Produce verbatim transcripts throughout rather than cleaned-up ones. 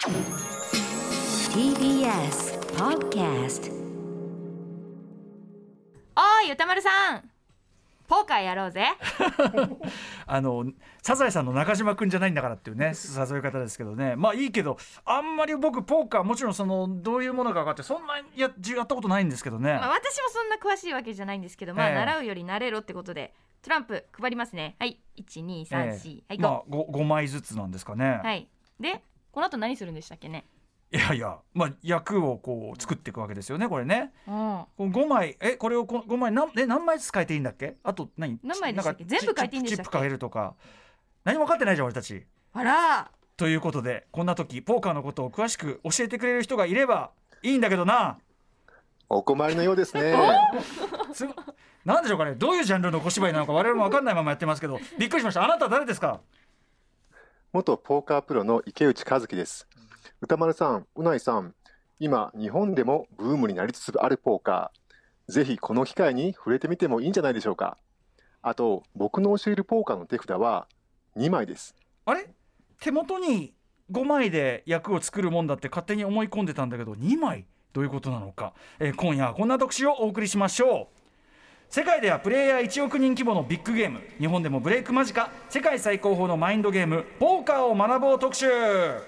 ティービーエス Podcast。 おい歌丸さん、ポーカーやろうぜあのサザエさんの中島くんじゃないんだからっていうね誘い方ですけどね。まあいいけど、あんまり僕ポーカーもちろんそのどういうものか分かってそんなややったことないんですけどね、 まあ、私もそんな詳しいわけじゃないんですけど、まあ、 ええ習うより慣れろってことでトランプ配りますね。はい、いちにさんよん、 えはい、 まあ ご, ごまいずつなんですかね。 はいでこの後何するんでしたっけね。 いやいや、まあ役をこう作っていくわけですよねこれね。 うん、 このごまい、えこれをこごまい何え何枚ずつ書いていいんだっけ。あと何何枚でしたっけ。 なんか全部書いていいんでしたっけ。 チップチップ書けるとか何も分かってないじゃん俺たち。 あら、 ということでこんな時ポーカーのことを詳しく教えてくれる人がいればいいんだけどな。 お困りのようですね。 すなんでしょうかね。どういうジャンルの小芝居なのか我々も分かんないままやってますけど、びっくりしました。あなたは誰ですか。 元ポーカープロの池内和樹です。歌丸さん、うないさん、今日本でもブームになりつつあるポーカー、ぜひこの機会に触れてみてもいいんじゃないでしょうか。あと僕の教えるポーカーの手札はにまいです。 あれ手元にごまいで役を作るもんだって勝手に思い込んでたんだけどにまいどういうことなのか、えー、今夜はこんな特集をお送りしましょう。世界ではプレイヤーいちおくにん規模のビッグゲーム、日本でもブレイク間近、世界最高峰のマインドゲームポーカーを学ぼう特集。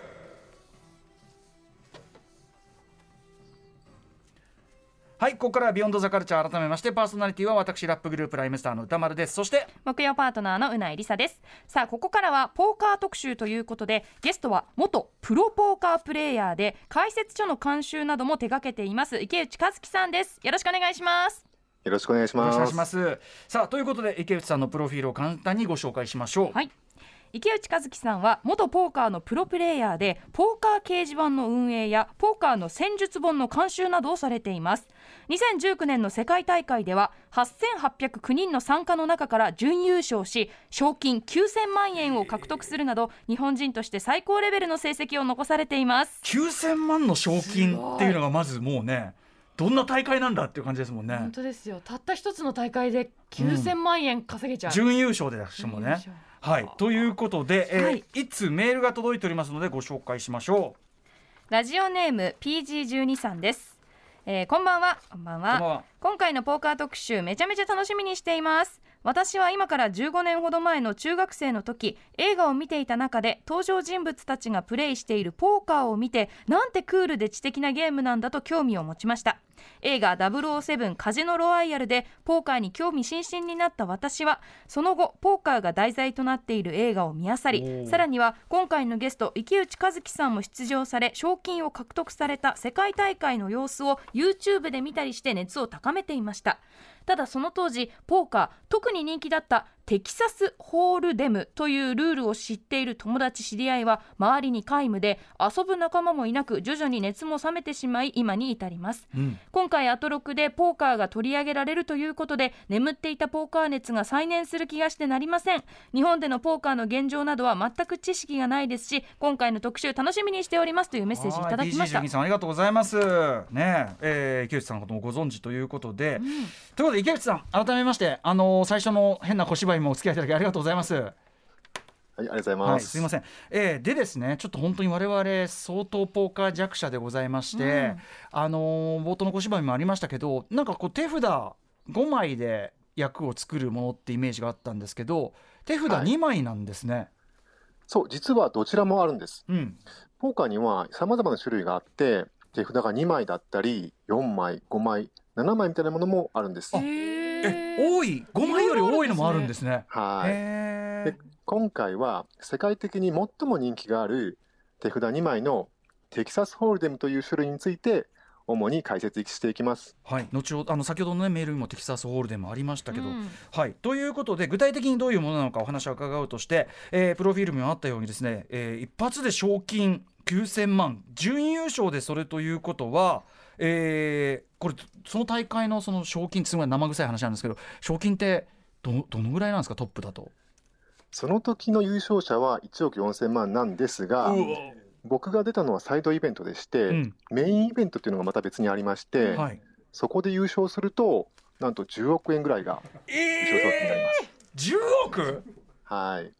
はい、ここからはビヨンドザカルチャー、改めましてパーソナリティは私ラップグループライムスターの歌丸です。そして木曜パートナーのうないりさです。さあここからはポーカー特集ということで、ゲストは元プロポーカープレイヤーで解説書の監修なども手掛けています池内和樹さんです。よろしくお願いします。 よろしくお願いします。 よろしくお願いします。さあということで池内さんのプロフィールを簡単にご紹介しましょう。 はい、池内和樹さんは元ポーカーのプロプレイヤーで、ポーカー掲示板の運営やポーカーの戦術本の監修などをされています。にせんじゅうきゅうねんの世界大会でははっせんはっぴゃくきゅうにんの参加の中から準優勝し、賞金きゅうせんまんえんを獲得するなど日本人として最高レベルの成績を残されています。 きゅうせんまんの賞金っていうのがまずもうね、どんな大会なんだっていう感じですもんね。 本当ですよ。たった一つの大会できゅうせんまんえん稼げちゃう、 うん、準優勝でしもね。はい、ということで、えーはい、いつメールが届いておりますのでご紹介しましょう。ラジオネーム ピージーじゅうに さんです。えー、こんばんは。こんばんは。こんばんは。今回のポーカー特集めちゃめちゃ楽しみにしています。私は今からじゅうごねんほど前の中学生の時、映画を見ていた中で登場人物たちがプレイしているポーカーを見て、なんてクールで知的なゲームなんだと興味を持ちました。映画ダブルオーセブンカジノロワイヤルでポーカーに興味津々になった私は、その後ポーカーが題材となっている映画を見漁り、さらには今回のゲスト池内和樹さんも出場され賞金を獲得された世界大会の様子を YouTube で見たりして熱を高めていました。ただその当時ポーカー特に人気だったテキサスホールデムというルールを知っている友達知り合いは周りに皆無で、遊ぶ仲間もいなく徐々に熱も冷めてしまい今に至ります、うん、今回アトロクでポーカーが取り上げられるということで、眠っていたポーカー熱が再燃する気がしてなりません。日本でのポーカーの現状などは全く知識がないですし、今回の特集楽しみにしておりますというメッセージいただきました。 ピージーじゅうに さんありがとうございますね。えー、池内さんのこともご存知ということで、うん、ということで池内さん改めまして、あのー、最初の変な小芝居もお付き合いいただきありがとうございます。はい、 ありがとうございます。はい、 すいません、えー、でですね、ちょっと本当に我々相当ポーカー弱者でございまして、うん、あのー、冒頭の小芝居もありましたけど、なんかこう手札ごまいで役を作るものってイメージがあったんですけど、手札にまいなんですね。はい、 そう実はどちらもあるんです、うん、ポーカーには様々な種類があって、手札がにまいだったりよんまいごまいななまいみたいなものもあるんです。 あえ多いごまいより多いのもあるんですね。 はいで今回は世界的に最も人気がある手札にまいのテキサスホールデムという種類について主に解説していきます。 はい、後ほどあの先ほどの、ね、メールにもテキサスホールデムありましたけど、うん、はい、ということで具体的にどういうものなのかお話を伺うとして、えー、プロフィールにもあったようにですね、えー、一発で賞金きゅうせんまん、準優勝でそれということは、えー、これその大会のその賞金ってすごい生臭い話なんですけど、賞金ってど、どのぐらいなんですか、トップだと。 その時の優勝者はいちおくよんせんまんなんですが、僕が出たのはサイドイベントでして、うん、メインイベントっていうのがまた別にありまして、はい、そこで優勝するとなんとじゅうおくえんぐらいが優勝賞金になります。 えー、じゅうおく？ はい。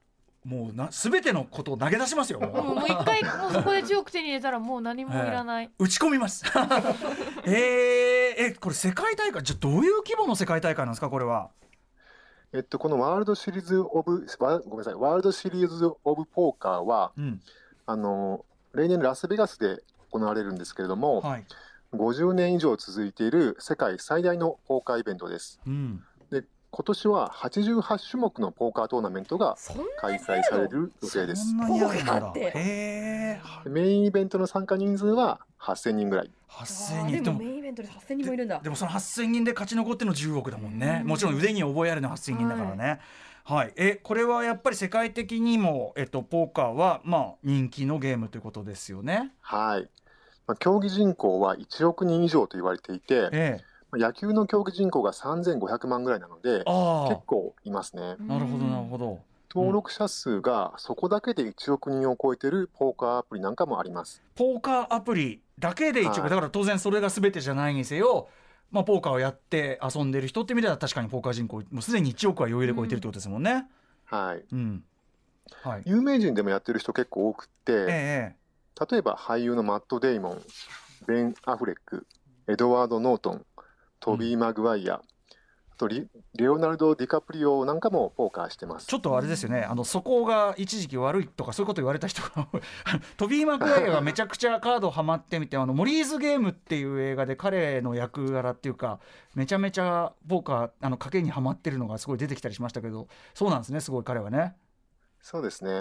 もうな全てのことを投げ出しますよ。もうもうもう一回もうそこでじゅうおく手に入れたらもう何もいらない、 えー、打ち込みますえー、えこれ世界大会じゃどういう規模の世界大会なんですかこれは。 えっと、このワールドシリーズオブワごめんなさいワールドシリーズオブポーカーは、うん、あの例年ラスベガスで行われるんですけれども、はい、ごじゅうねん以上続いている世界最大のポーカーイベントです、うん、で今年ははちじゅうはち種目のポーカートーナメントが開催される予定です。 ポーカーってへメインイベントの参加人数ははっせんにんぐらい。 はっせんにんでもメインイベントではっせんにんもいるんだ。 で, でもそのはっせんにんで勝ち残ってのじゅうおくだもんね、うん、もちろん腕に覚えあるのはっせんにんだからね、はいはい、えこれはやっぱり世界的にも、えっと、ポーカーは、まあ、人気のゲームということですよね。 はい、まあ、競技人口はいちおくにん以上と言われていて、ええ野球の競技人口がさんぜんごひゃくまんぐらいなので結構いますね。 なるほどなるほど。 登録者数がそこだけでいちおくにんを超えているポーカーアプリなんかもあります。 ポーカーアプリだけでいちおく、はい、だから当然それが全てじゃないにせよ、まあ、ポーカーをやって遊んでる人って見たら確かにポーカー人口もうすでにいちおくは余裕で超えてるってことですもんね、 うん、はい、 うんはい、 有名人でもやってる人結構多くて、ええ、例えば俳優のマット・デイモン、ベン・アフレック、エドワード・ノートン、トビー・マグワイア、うん、あとリレオナルド・ディカプリオなんかもポーカーしてます。 ちょっとあれですよね、あの素行が一時期悪いとかそういうこと言われた人がトビー・マグワイアがめちゃくちゃカードハマってみてあのモリーズゲームっていう映画で彼の役柄っていうかめちゃめちゃポーカーあの賭けにハマってるのがすごい出てきたりしましたけど、そうなんですね、すごい彼はね。 そうですね、うんうん、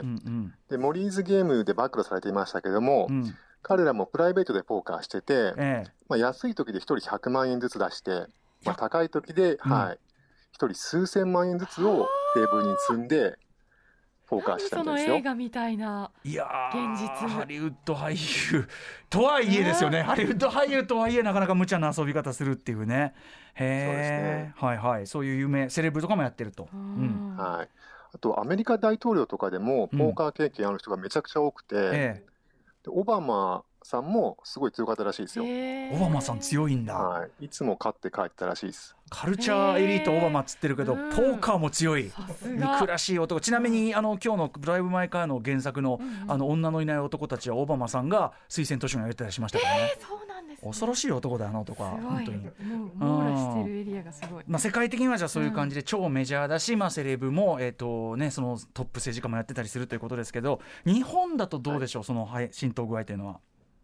でモリーズゲームで暴露されていましたけども、うん、彼らもプライベートでポーカーしてて、ええまあ、安い時でひとりひゃくまんえんずつ出して、まあ、高い時で、うんはい、ひとり数千万円ずつをテーブルに積んでポーカーしてたんですよ。 その映画みたいな現実。いやハリウッド俳優とはいえですよね、ハリウッド俳優とはいえなかなか無茶な遊び方するっていうね。へえ、ね、はいはい、そういう有名セレブとかもやってると、うんはい、あとアメリカ大統領とかでもポーカー経験ある人がめちゃくちゃ多くて、うんええ、でオバマさんもすごい強かったらしいですよ。 オバマさん強いんだ、 はい、いつも勝って帰ったらしいです。 カルチャーエリートオバマっつってるけどポーカーも強い憎らしい男。ちなみにあの今日のドライブ・マイ・カーの原作 の,、うん、あの女のいない男たちはオバマさんが推薦図書に入れたりしましたからね、 えー、そうなんですね、 恐ろしい男だあの男は本当にもう網羅してるエリアがすごい、 まあ、世界的にはじゃあそういう感じで超メジャーだし、うんまあ、セレブも、えーとね、そのトップ政治家もやってたりするということですけど、日本だとどうでしょう、はい、その、はい、浸透具合というのは。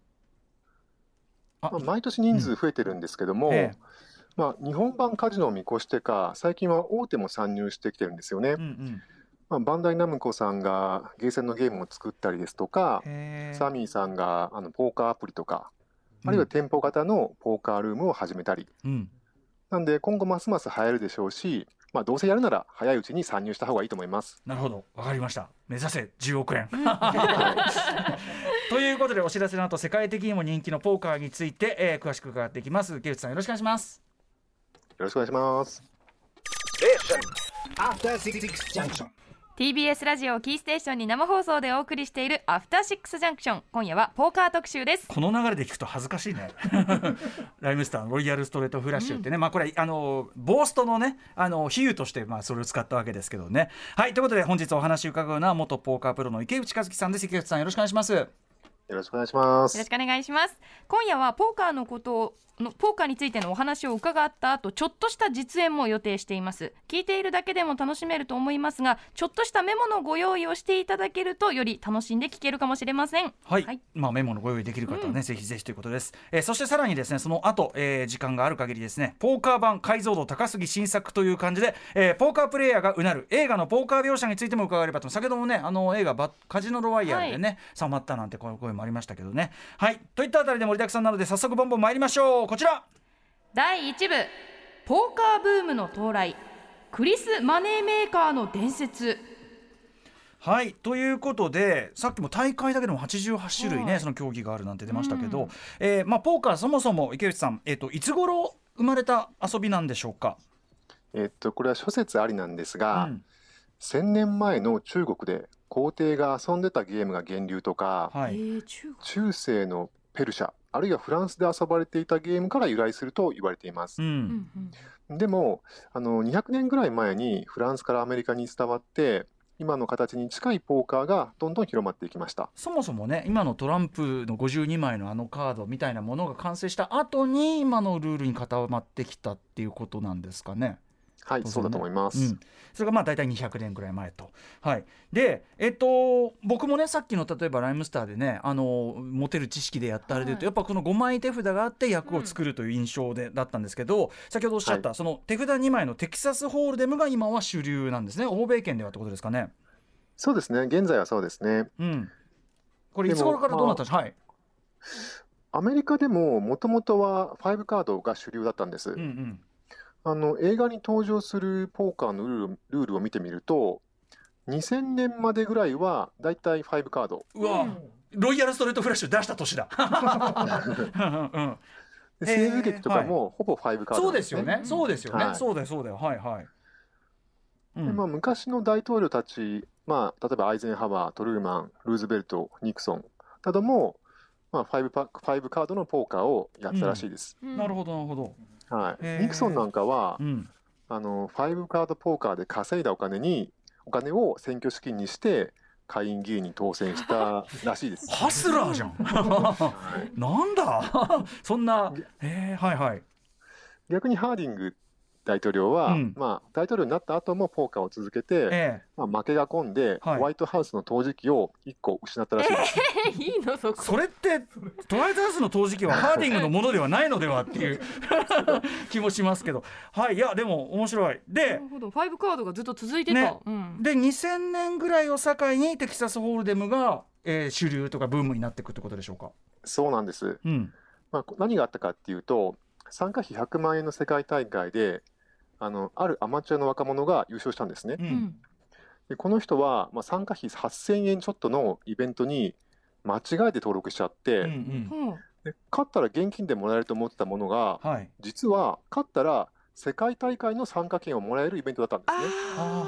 まあ、毎年人数増えてるんですけども、うんええまあ、日本版カジノを見越してか最近は大手も参入してきてるんですよね、うんうんまあ、バンダイナムコさんがゲーセンのゲームを作ったりですとか、サミーさんがあのポーカーアプリとか、うん、あるいは店舗型のポーカールームを始めたり、うん、なんで今後ますます流行るでしょうし、まあ、どうせやるなら早いうちに参入した方がいいと思います。 なるほど、わかりました。目指せじゅうおくえんということでお知らせの後世界的にも人気のポーカーについて、えー、詳しく伺っていきます。池内さんよろしくお願いします。 よろしくお願いします。 ティービーエス ラジオキーステーションに生放送でお送りしているアフターシックスジャンクション、今夜はポーカー特集です。 この流れで聞くと恥ずかしいねライムスターのロイヤルストレートフラッシュってね、うんまあ、これあのボーストのねあの比喩として、まあ、それを使ったわけですけどね。はいということで本日お話を伺うのは元ポーカープロの池内和樹さんです。池内さんよろしくお願いします。 よろしくお願いします。 よろしくお願いします。今夜はポーカーのことをのポーカーについてのお話を伺った後、ちょっとした実演も予定しています。聞いているだけでも楽しめると思いますが、ちょっとしたメモのご用意をしていただけるとより楽しんで聞けるかもしれません。 はい、はい、まあ、メモのご用意できる方はね、うん、ぜひぜひということです。えー、そしてさらにですねその後、えー、時間がある限りですねポーカー版解像度高すぎ新作という感じで、えー、ポーカープレイヤーがうなる映画のポーカー描写についても伺えればと。先ほどもねあの映画バカジノロワイヤルでね、はい、さまったなんてこの声もありましたけどね。はいといったあたりで盛りだくさんなので早速ボンボン参りましょう。こちらだいいち部ポーカーブームの到来、クリス・マネーメーカーの伝説。 はいということでさっきも大会だけでもはちじゅうはち種類ね、はい、その競技があるなんて出ましたけど、うんえーまあ、ポーカーそもそも池内さん、えー、といつ頃生まれた遊びなんでしょうか。 えー、っとこれは諸説ありなんですが、うん、せんねんまえの中国で皇帝が遊んでたゲームが源流とか、はい、中世のペルシャあるいはフランスで遊ばれていたゲームから由来すると言われています、うんでもあのにひゃくねんぐらい前にフランスからアメリカに伝わって今の形に近いポーカーがどんどん広まっていきました。 そもそもね今のトランプのごじゅうにまいのあのカードみたいなものが完成した後に今のルールに固まってきたっていうことなんですかね。 はい、そうだと思います、うん、 それがまあ大体にひゃくねんぐらい前と、はい、で、えっと、僕もねさっきの例えばライムスターでねあの持てる知識でやったあれでいうと、はい、やっぱこのごまい手札があって役を作るという印象で、うん、だったんですけど先ほどおっしゃった、はい、その手札にまいのテキサスホールデムが今は主流なんですね。欧米圏ではってことですかね。 そうですね、現在はそうですね、 うん、これいつ頃からどうなったんですか。はい、 アメリカでももともとはごカードが主流だったんです、うんうん、あの映画に登場するポーカーのルール、ルールを見てみるとにせんねんまでぐらいはだいたいごカード。 うわ、うん、ロイヤルストレートフラッシュ出した年だ、 うんで西部劇とかもほぼごカード、ね、 そうですよね、そうですよね、はい、そうだよそうだよ、はいはい、 うん、でまあ、昔の大統領たち、まあ、例えばアイゼンハワー、トルーマン、ルーズベルト、ニクソンなども、まあ、ご, パごカードのポーカーをやったらしいです、 うん、なるほどなるほど、 はい、ニクソンなんかは、うん、あのごカードポーカーで稼いだお金にお金を選挙資金にして下院議員に当選したらしいですハスラーじゃん、はい、なんだそんな、えー、はいはい。 逆にハーディング大統領は、うんまあ、大統領になった後もポーカーを続けて、ええまあ、負けが込んで、はい、ホワイトハウスの陶磁器をいっこ失ったらしいです、 えー、いいのそこそれってホワイトハウスの陶磁器はハーディングのものではないのではっていう気もしますけど、はい、いやでも面白い。でなるほど、ごカードがずっと続いてた、 ねうん、でにせんねんぐらいを境にテキサスホールデムが、えー、主流とかブームになっていくってことでしょうか。 そうなんです、うんまあ、何があったかっていうと参加費ひゃくまんえんの世界大会であのあるアマチュアの若者が優勝したんですね、うん、でこの人は、まあ、参加費はっせんえんちょっとのイベントに間違えて登録しちゃって、うんうん、で勝ったら現金でもらえると思ってたものが、はい、実は勝ったら世界大会の参加券をもらえるイベントだったんですね。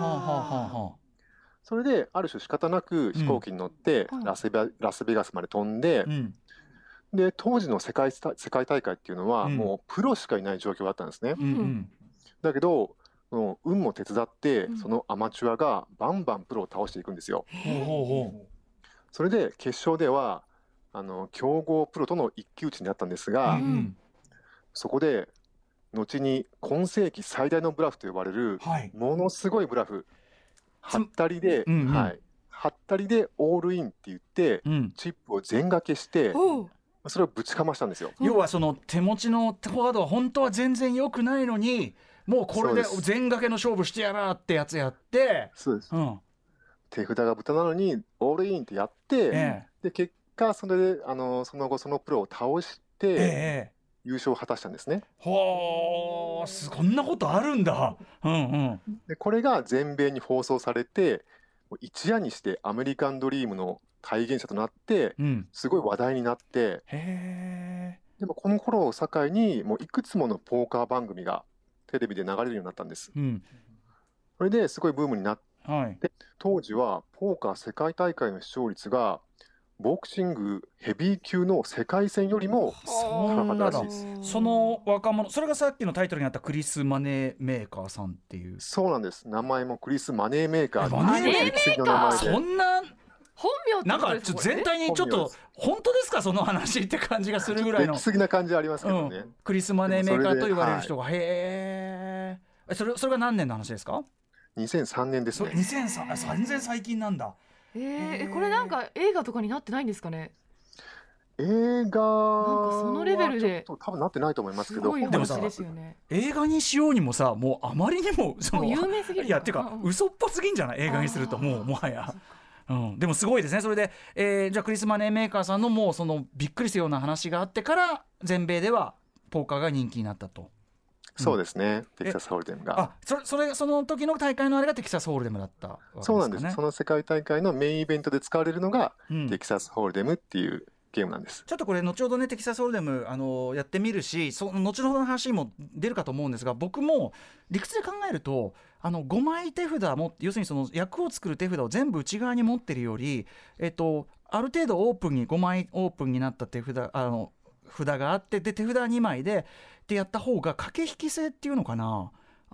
それである種仕方なく飛行機に乗ってラスベ、うん、ラスベガスまで飛んで、うん、で当時の世界、世界大会っていうのは、うん、もうプロしかいない状況だったんですね、うんうんだけど運も手伝って、うん、そのアマチュアがバンバンプロを倒していくんですよ。それで決勝ではあの強豪プロとの一騎打ちになったんですが、うん、そこで後に今世紀最大のブラフと呼ばれる、はい、ものすごいブラフはったりで、うんうんはい、はったりでオールインって言って、うん、チップを全掛けしてそれをぶちかましたんですよ。 要はその手持ちのフォワードは本当は全然良くないのにもうこれで全掛けの勝負してやらってやつやってそうです、うん、手札が豚なのにオールインってやって、ええ、で結果それであのその後そのプロを倒して、ええ、優勝を果たしたんですね。 ほーこんなことあるんだ、うんうん、 でこれが全米に放送されて一夜にしてアメリカンドリームの体現者となって、うん、すごい話題になって、へーでもこの頃を境にもういくつものポーカー番組がテレビで流れるようになったんです、うん、それですごいブームになって、はい、当時はポーカー世界大会の視聴率がボクシングヘビー級の世界戦よりも高かったらしいです。 その若者それがさっきのタイトルにあったクリス・マネーメーカーさんっていう。 そうなんです。名前もクリス・マネーメーカー。 マネーメーカーそんな本名ってなんかちょっと全体にちょっと本当ですかその話って感じがするぐらいの不思議な感じありますけどね、うん、 クリス・マネーメーカーと言われる人が、はい、へえそれそれが何年の話ですか。 にせんさんねんですね。 にせんさんねん全然最近なんだ。 えー、これなんか映画とかになってないんですかね。 映画なんかそのレベルで多分なってないと思いますけど、 すごい話ですよね。 映画にしようにもさもうあまりにもそのもう有名すぎるいやっていうか、うん、嘘っぽすぎんじゃない映画にするともうもはやうん、でもすごいですね。それで、えー、じゃあクリス・マネーメーカーさんのもうそのびっくりするような話があってから全米ではポーカーが人気になったと。 そうですね、うん、テキサスホールデムがあ そ, それその時の大会のあれがテキサスホールデムだったわけですかね。 そうなんです。その世界大会のメインイベントで使われるのが、うん、テキサスホールデムっていうゲームなんです。 ちょっとこれ後ほどねテキサスホールデムあのやってみるしその後ほどの話にも出るかと思うんですが僕も理屈で考えるとあのごまい手札も要するにその役を作る手札を全部内側に持ってるより、えっと、ある程度オープンにごまいオープンになった手札あの札があってで手札にまいでってやった方が駆け引き性っていうのかな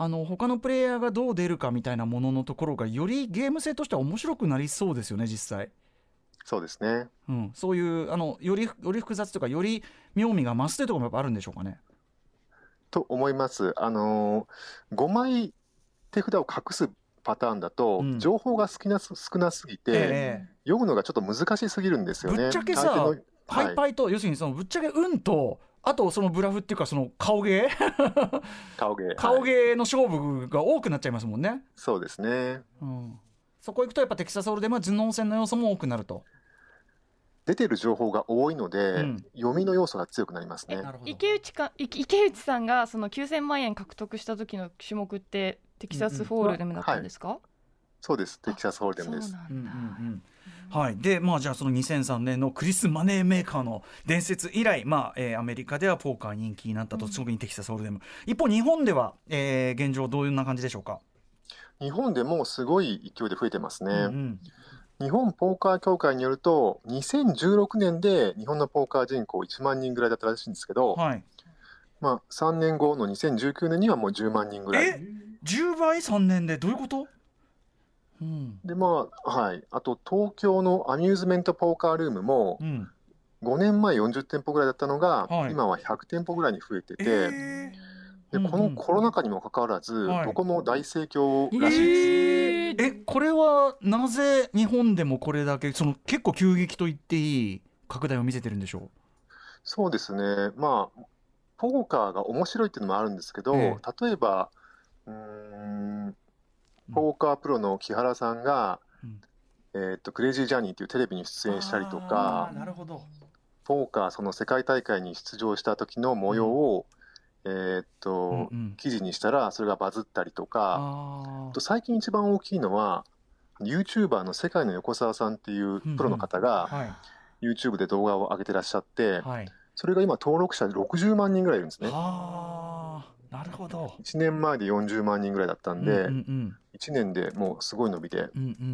あの他のプレイヤーがどう出るかみたいなもののところがよりゲーム性としては面白くなりそうですよね実際。 そうですね、 うん、そういうあのよりより複雑とかより妙味が増すというところもやっぱあるんでしょうかね。 と思います。あのー、ごまい手札を隠すパターンだと、 うん、 情報が少なす少なすぎて、えー、読むのがちょっと難しすぎるんですよね。 ぶっちゃけさ、はい、ハイパイと要するにそのぶっちゃけ運とあとそのブラフっていうかその顔芸顔芸顔芸の勝負が多くなっちゃいますもんね。 そうですね、 うん、そこ行くとやっぱテキサスホールデムは頭脳戦の要素も多くなると。 出てる情報が多いので、うん、読みの要素が強くなりますね。 池内か池内さんがそのきゅうせんまんえん獲得した時の種目ってテキサスホールデムだったんですか？うんうん、はい、 そうです、テキサスホールデムです。 そうなんだ、うんうんうん、はい。でまあじゃあそのにせんさんねんのクリス・マネーメーカーの伝説以来、まあえー、アメリカではポーカー人気になったと、特にテキサスホールデム、うん、一方日本では、えー、現状どういうな感じでしょうか？ 日本でもすごい勢いで増えてますね。うんうん、日本ポーカー協会によるとにせんじゅうろくねんで日本のポーカー人口いちまんにんぐらいだったらしいんですけど、はい、まあ、さんねんごのにせんじゅうきゅうねんにはもうじゅうまんにんぐらい。 えじゅうばいさんねんでどういうこと？うん、 でまあはい、あと東京のアミューズメントポーカールームも、うん、ごねんまえよんじゅってんぽぐらいだったのが、はい、今はひゃくてんぽぐらいに増えてて、えーでこのコロナ禍にもかかわらず、うん、どこも大盛況らしいです。 えー、えこれはなぜ日本でもこれだけその結構急激と言っていい拡大を見せてるんでしょう？ そうですね、まあポーカーが面白いっていうのもあるんですけど、えー、例えばうーんポーカープロの木原さんが、うんえー、とクレイジージャーニーというテレビに出演したりとか、 なるほど、 ポーカーその世界大会に出場した時の模様を、うんえー、っとうんうん、記事にしたらそれがバズったりとか、あと最近一番大きいのは YouTuber の世界の横澤さんっていうプロの方が、うんうんはい、YouTube で動画を上げてらっしゃって、はい、それが今登録者でろくじゅうまんにんぐらいいるんですね。 あなるほど。 いちねんまえでよんじゅうまんにんぐらいだったんで、うんうんうん、いちねんでもうすごい伸びて、うんうん、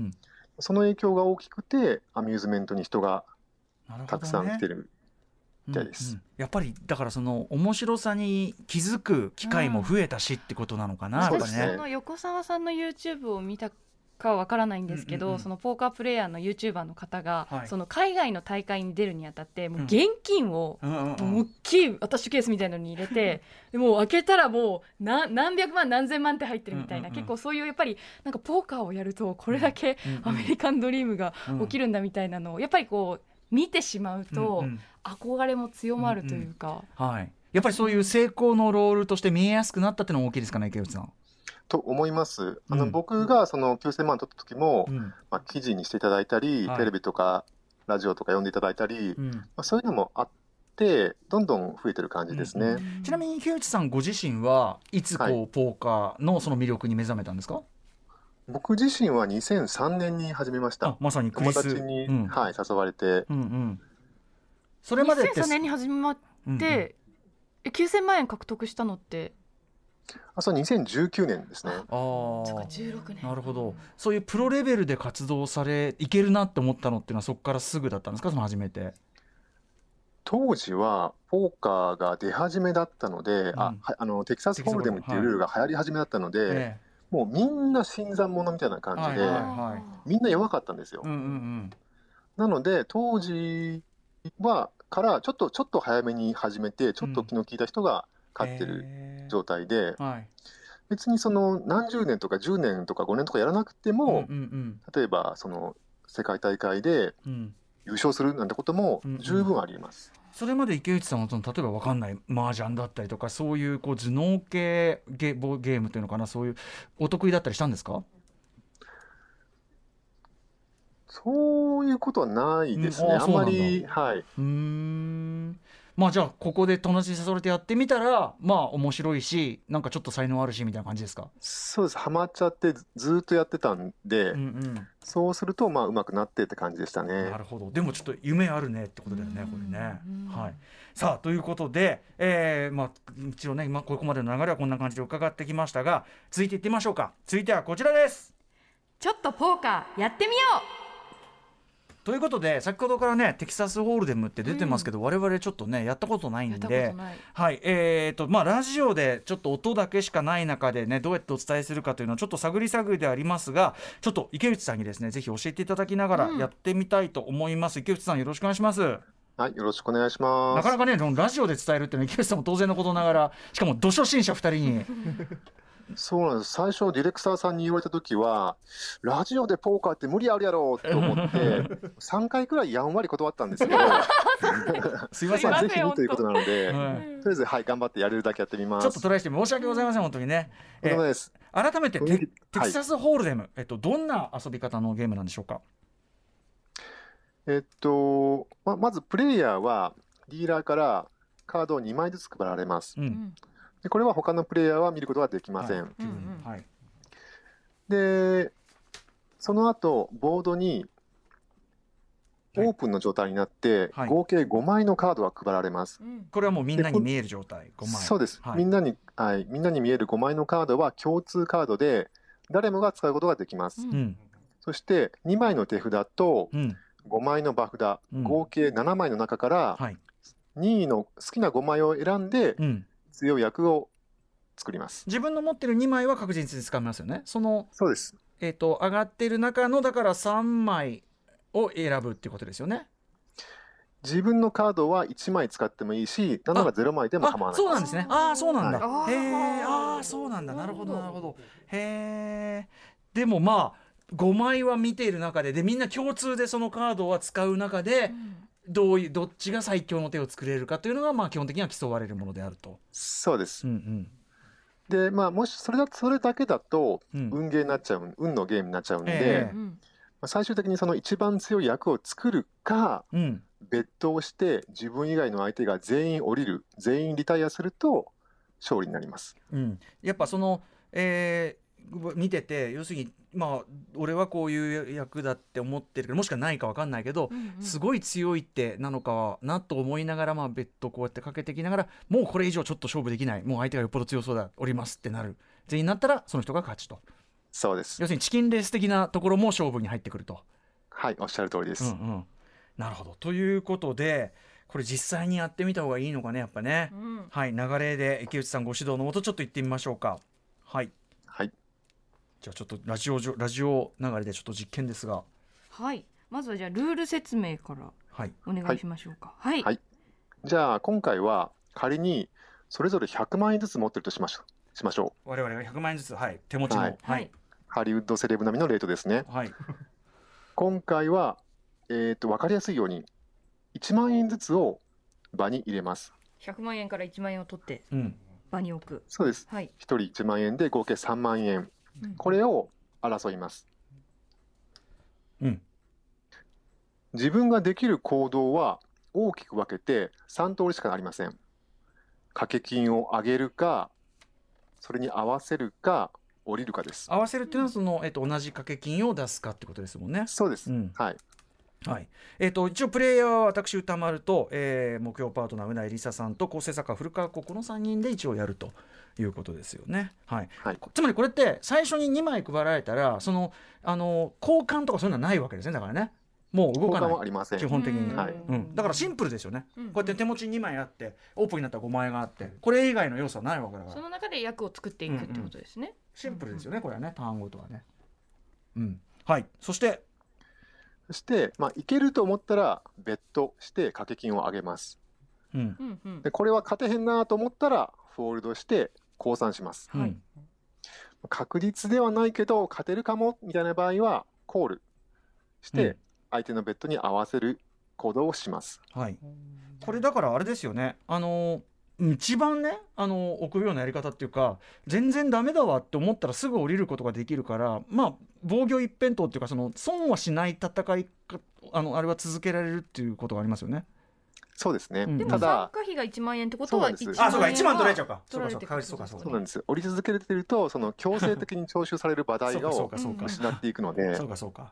その影響が大きくてアミューズメントに人がたくさん来てるみたいです、 うんうん、やっぱりだからその面白さに気づく機会も増えたしってことなのかな、 うん、私その横澤さんの YouTube を見たかわからないんですけど、うんうんうん、そのポーカープレイヤーの YouTuber の方が、はい、その海外の大会に出るにあたってもう現金を、うん、もう大きいアタッシュケースみたいなのに入れてでもう開けたらもう何何百万何千万って入ってるみたいな、うんうんうん、結構そういうやっぱりなんかポーカーをやるとこれだけアメリカンドリームが起きるんだみたいなのをやっぱりこう見てしまうと、うんうん、憧れも強まるというか、 うんうんはい、やっぱりそういう成功のロールとして見えやすくなったっていうのも大きいですかね、池内さん。 と思います。あの、うん、僕がそのきゅうせんまん取った時も、うんまあ、記事にしていただいたり、はい、テレビとかラジオとか読んでいただいたり、うんまあ、そういうのもあってどんどん増えてる感じですね、うんうん、ちなみに池内さんご自身はいつこう、はい、ポーカーのその魅力に目覚めたんですか？ 僕自身はにせんさんねんに始めました。 まさにクリス友達に、うんはい、誘われて、うんうん、 それまでってにせんさんねんに始まって、うんうん、えきゅうせんまんえん獲得したのってあそうにせんじゅうきゅうねんですね。あそうかじゅうろくねん。 なるほど。そういうプロレベルで活動されいけるなって思ったのっていうのはそこからすぐだったんですか？その初めて当時はポーカーが出始めだったので、うん、ああのテキサスホールデムっていうルールが流行り始めだったので、はい、もうみんな新参者みたいな感じで、はいはいはい、みんな弱かったんですよ、うんうんうん、なので当時はからちょっとちょっと早めに始めてちょっと気の利いた人が勝ってる状態で、うんはい、別にその何十年とかじゅうねんとかごねんとかやらなくても、うんうんうん、例えばその世界大会で優勝するなんてことも十分あります、うんうん、 それまで池内さんはその例えば分かんない麻雀だったりとかそういうこう頭脳系ゲ、ゲームというのかな、そういうお得意だったりしたんですか？ そういうことはないですね、うん、あ, あんまりはい。うーんまあじゃあここで友達に誘われてやってみたらまあ面白いしなんかちょっと才能あるしみたいな感じですか？ そうです、ハマっちゃってずっとやってたんで、うんうん、そうするとまあ上手くなってって感じでしたね。 なるほど。でもちょっと夢あるねってことだよねこれね、はい、さあということで、えーまあ、一応ね、まあ、ここまでの流れはこんな感じで伺ってきましたが続いていってみましょうか。続いてはこちらです。 ちょっとポーカーやってみよう。 ということで先ほどからねテキサスホールデムって出てますけど、うん、我々ちょっとねやったことないんで、はいえーとまあ、ラジオでちょっと音だけしかない中でねどうやってお伝えするかというのはちょっと探り探りでありますが、ちょっと池内さんにですねぜひ教えていただきながらやってみたいと思います、うん、池内さんよろしくお願いします。 はい、よろしくお願いします。 なかなかねラジオで伝えるっていうのは池内さんも当然のことながら、しかもど初心者ふたりにそうなんです。最初ディレクターさんに言われた時はラジオでポーカーって無理あるやろと思ってさんかいくらいやんわり断ったんですけどすいませんぜひということなので、はい、とりあえず、はい、頑張ってやれるだけやってみます。 ちょっとトライして申し訳ございません本当にね、 えー、です。 改めて テ, テキサスホールデム、はいえっと、どんな遊び方のゲームなんでしょうか。 えっと ま, まずプレイヤーはディーラーからカードをにまいずつ配られます、うんでこれは他のプレイヤーは見ることができません、はいうんうん、でその後ボードにオープンの状態になって、はい、合計ごまいのカードが配られます、うん、 これはもうみんなに見える状態ごまい。 そうです、はい、みんなに、はい、みんなに見えるごまいのカードは共通カードで誰もが使うことができます、うん、そしてにまいの手札とごまいの場札、うん、合計ななまいの中から、はい、にいの好きなごまいを選んで、うん強い役を作ります。 自分の持ってるにまいは確実に使いますよね。そのそうです、 えーと、上がってる中のだからさんまいを選ぶっていうことですよね。 自分のカードはいちまい使ってもいいしなながゼロまいでも構わない。 そうなんですね。ああそうなんだ、はい、へえああそうなんだなるほどなるほどへえ。でもまあごまいは見ている中ででみんな共通でそのカードは使う中で、うんどういうどっちが最強の手を作れるかというのがまあ基本的には競われるものであると。 そうです、うんうん、でまあもしそれだそれだけだと運ゲーになっちゃう、うん、運のゲームになっちゃうんで、えーまあ、最終的にその一番強い役を作るか、うん、ベットをして自分以外の相手が全員降りる全員リタイアすると勝利になります、 うん、やっぱその、えー、見てて要するにまあ俺はこういう役だって思ってるけどもしかないか分かんないけど、うんうん、すごい強いってなのかなと思いながら、まあ、ベッドこうやってかけてきながらもうこれ以上ちょっと勝負できないもう相手がよっぽど強そうだおりますってなる全員になったらその人が勝ちと。 そうです。 要するにチキンレース的なところも勝負に入ってくると。 はいおっしゃる通りです、うんうん、 なるほど。ということでこれ実際にやってみた方がいいのかねやっぱね、うん、はい流れで池内さんご指導のもとちょっと行ってみましょうか。はいはいじゃあちょっとラジオラジオ流れでちょっと実験ですが、 はいまずはじゃあルール説明からお願いしましょうか。はい、はいはい、じゃあ今回は仮にそれぞれひゃくまんえんずつ持ってるとしましょうしましょう。 我々がひゃくまんえんずつ、はい、手持ちの、はいはい、 ハリウッドセレブ並みのレートですね、 はい、 今回は、えー、と分かりやすいようにいちまんえんずつを場に入れます。 ひゃくまんえんからいちまんえんを取って場に置く、うん、 そうです、はい、ひとりいちまんえんで合計さんまんえん、うん、これを争います、うん、自分ができる行動は大きく分けてさん通りしかありません。掛け金を上げるかそれに合わせるか降りるかです。 合わせるっていうのはその、えっと、同じ掛け金を出すかってことですもんね。 そうです、うん、はいはいえー、と一応プレイヤーは私歌丸と、えー、目標パートナーうないりささんと構成作家古川ここのさんにんで一応やるということですよね、はいはい、つまりこれって最初ににまい配られたらそのあの交換とかそういうのはないわけですね。だからねもう動かない、 交換はありません基本的に、 はいうん、だからシンプルですよね、うん、こうやって手持ちにまいあってオープンになったらごまいがあってこれ以外の要素はないわけだからその中で役を作っていくってことですね、うんうん、 シンプルですよねこれはね単語とはね、うん、はいそしてそして、まあ、いけると思ったらベットして掛け金を上げます、うん、でこれは勝てへんなと思ったらフォールドして降参します、はい、確実ではないけど勝てるかもみたいな場合はコールして相手のベットに合わせる行動をします、 はい、これだからあれですよねあの一番ねあの臆病なやり方っていうか全然ダメだわって思ったらすぐ降りることができるからまあ防御一辺倒っていうかその損はしない戦いかあのあれは続けられるっていうことがありますよね。 そうですね、うん、 でも参加費がいちまんえんってことはそうあそうかいちまん取られちゃうかそうかそうかそうかそうなんです。降り続けてるとその強制的に徴収される場代を失っていくのでそうかそうか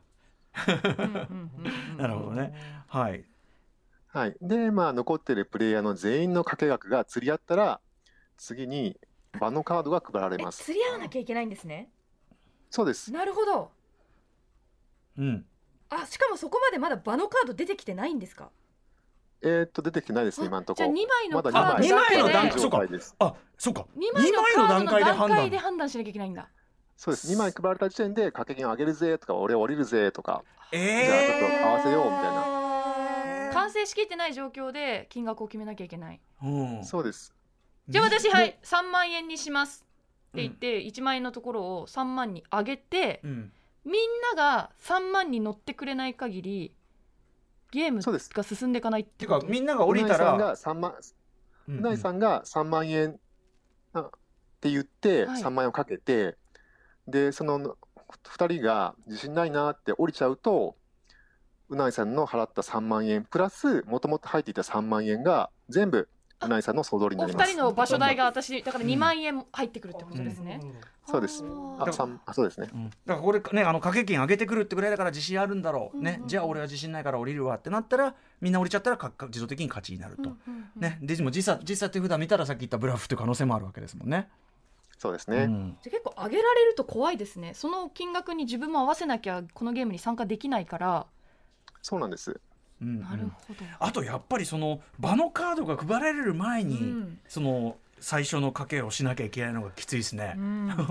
なるほどねはいはい、で、まあ、残っているプレイヤーの全員の掛け額が釣り合ったら次に場のカードが配られます。 釣り合わなきゃいけないんですね。 そうです。 なるほど、 うん、 あ、しかもそこまでまだ場のカード出てきてないんですか？ えー、っと出てきてないですね今のところ。 じゃあにまいのカまだードだけでにまいの段階状態です。 あ、そうかにまいのカードの段階で判断で判断しなきゃいけないんだ。 そうです。にまい配られた時点で掛け金を上げるぜとか俺降りるぜとか、 えー、 じゃあちょっと合わせようみたいな。 完成しきってない状況で金額を決めなきゃいけない。 うん、 そうです。 じゃあ私はいさんまんえんにしますって言って、うん、いちまんえんのところをさんまんに上げて、うん、みんながさんまんに乗ってくれない限りゲームが進んでいかないってこと。 てかみんなが降りたらうないさんがさんまん、うないさんがさんまんえんって言ってさんまんえんをかけて、はい、でそのふたりが自信ないなって降りちゃうと、うないさんの払ったさんまんえんプラスもともと入っていたさんまんえんが全部うないさんの総取りになります。 お二人の場所代が私だからにまんえん入ってくるってことですね。うんうん、 そうです。あ、三あ、そうですね。 うん、だからこれね、あの掛け金上げてくるってぐらいだから自信あるんだろう、うんうん、ね。じゃあ俺は自信ないから降りるわってなったら、みんな降りちゃったら自動的に勝ちになると、うんうんうん、ね。でも実際実際手札見たらさっき言ったブラフという可能性もあるわけですもんね。 そうですね。うん、 じゃ結構上げられると怖いですね。その金額に自分も合わせなきゃこのゲームに参加できないから。 そうなんです。 うん、 なるほど。 あとやっぱりその場のカードが配られる前に、うん、その最初の賭けをしなきゃいけないのがきついですね。うん、うん、なる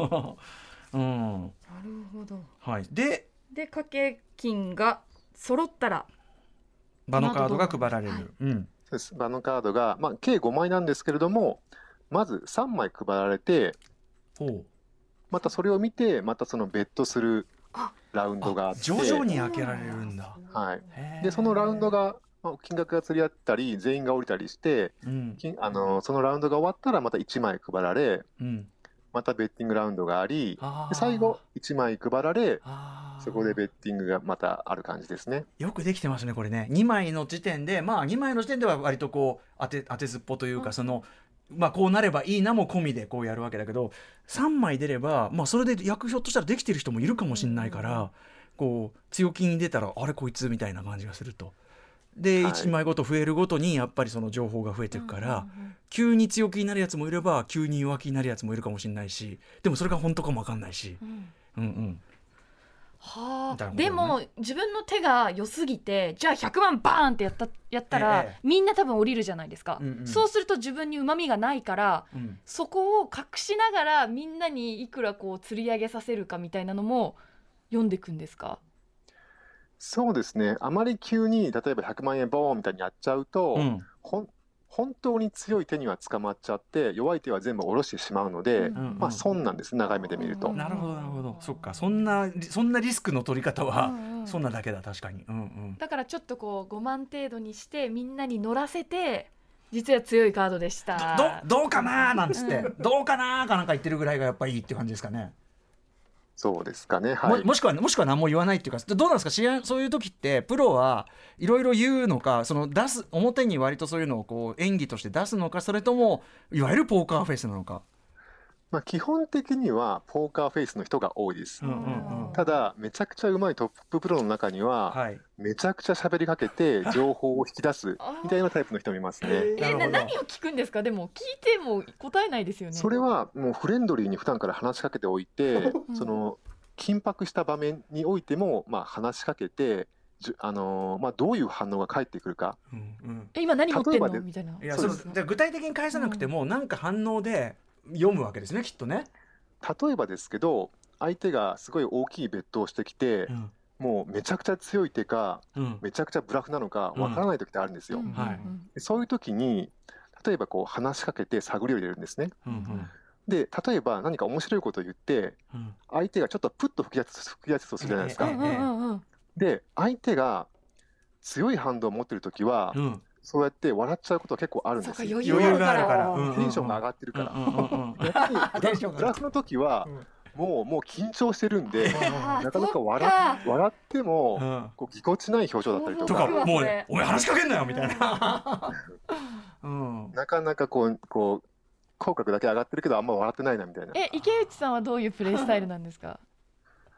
ほど。 はい。で、 で賭け金が揃ったら場のカードが配られる。はい、うん、 そうです。場のカードが、まあ、計ごまいなんですけれども、まずさんまい配られて、またそれを見てまたそのベットするラウンドがあって、 徐々に開けられるんだ。 はい。でそのラウンドが、まあ、金額が釣り合ったり全員が降りたりして、うん、あのそのラウンドが終わったらまたいちまい配られ、うん、またベッティングラウンドがあり、で最後いちまい配られ、そこでベッティングがまたある感じですね。 よくできてますねこれね。にまいの時点で、まあにまいの時点では割とこう当て当てずっぽというか、うん、そのまあこうなればいいなも込みでこうやるわけだけど、さんまい出れば、まあ、それで役ひょっとしたらできてる人もいるかもしれないから、うん、こう強気に出たらあれこいつみたいな感じがすると。で、はい、いちまいごと増えるごとにやっぱりその情報が増えていくから、うんうんうん、急に強気になるやつもいれば急に弱気になるやつもいるかもしれないし、でもそれが本当かも分かんないし、うん、うんうんはあ、ね、でも自分の手が良すぎてじゃあひゃくまんバーンってやった、やったら、ええ、みんな多分降りるじゃないですか、うんうん、そうすると自分にうまみがないから、うん、そこを隠しながらみんなにいくらこう釣り上げさせるかみたいなのも読んでいくんですか？ そうですね。あまり急に例えばひゃくまんえんボーンみたいにやっちゃうと、うん、ほん本当に強い手には捕まっちゃって弱い手は全部下ろしてしまうので、うんうんうん、まあ損なんです、長い目で見ると。 なるほどなるほど。そっか、そんなそんなリスクの取り方は、うんうん、そんなだけだ確かに、うんうん、 だからちょっとこうごまん程度にしてみんなに乗らせて実は強いカードでしたど ど, どうかなーなんつって、うん、どうかなーかなんか言ってるぐらいがやっぱりいいって感じですかね。 そうですかね、はい、 も, もしくはもしくは何も言わないっていうか、どうなんですか、試合そういう時ってプロはいろいろ言うのか、その出す表に割とそういうのをこう演技として出すのか、それともいわゆるポーカーフェイスなのか。 まあ、基本的にはポーカーフェイスの人が多いです、うんうんうん、ただめちゃくちゃうまいトッププロの中には、はい、めちゃくちゃ喋りかけて情報を引き出すみたいなタイプの人もいますね。 えー、な何を聞くんですか？でも聞いても答えないですよね。 それはもうフレンドリーに普段から話しかけておいて、うん、その緊迫した場面においても、まあ、話しかけて、あのーまあ、どういう反応が返ってくるか、うんうん、え今何持ってんのみたいな。いや、 そのじゃ具体的に返さなくても、うん、なんか反応で読むわけですね、きっとね。 例えばですけど、相手がすごい大きいベットをしてきて、うん、もうめちゃくちゃ強い手か、うん、めちゃくちゃブラフなのかわからない時ってあるんですよ、うんはい、そういう時に例えばこう話しかけて探りを入れるんですね、うんうんで例えば何か面白いことを言って、うん、相手がちょっとプッと吹き出す吹き出すとするじゃないですか、ええええ、で相手が強いハンドを持ってるときは、うん、そうやって笑っちゃうことは結構あるんですよ。 余裕があるから、 テンションが上がってるから、やっぱりブラフの時は、うん、もうもう緊張してるんでなかなか 笑, 笑っても、うん、こうぎこちない表情だったりとか、 とかもうね、お前話しかけんなよみたいな、 うん、なかなかこうこう口角だけ上がってるけどあんま笑ってないなみたいな。 え池内さんはどういうプレイスタイルなんですか？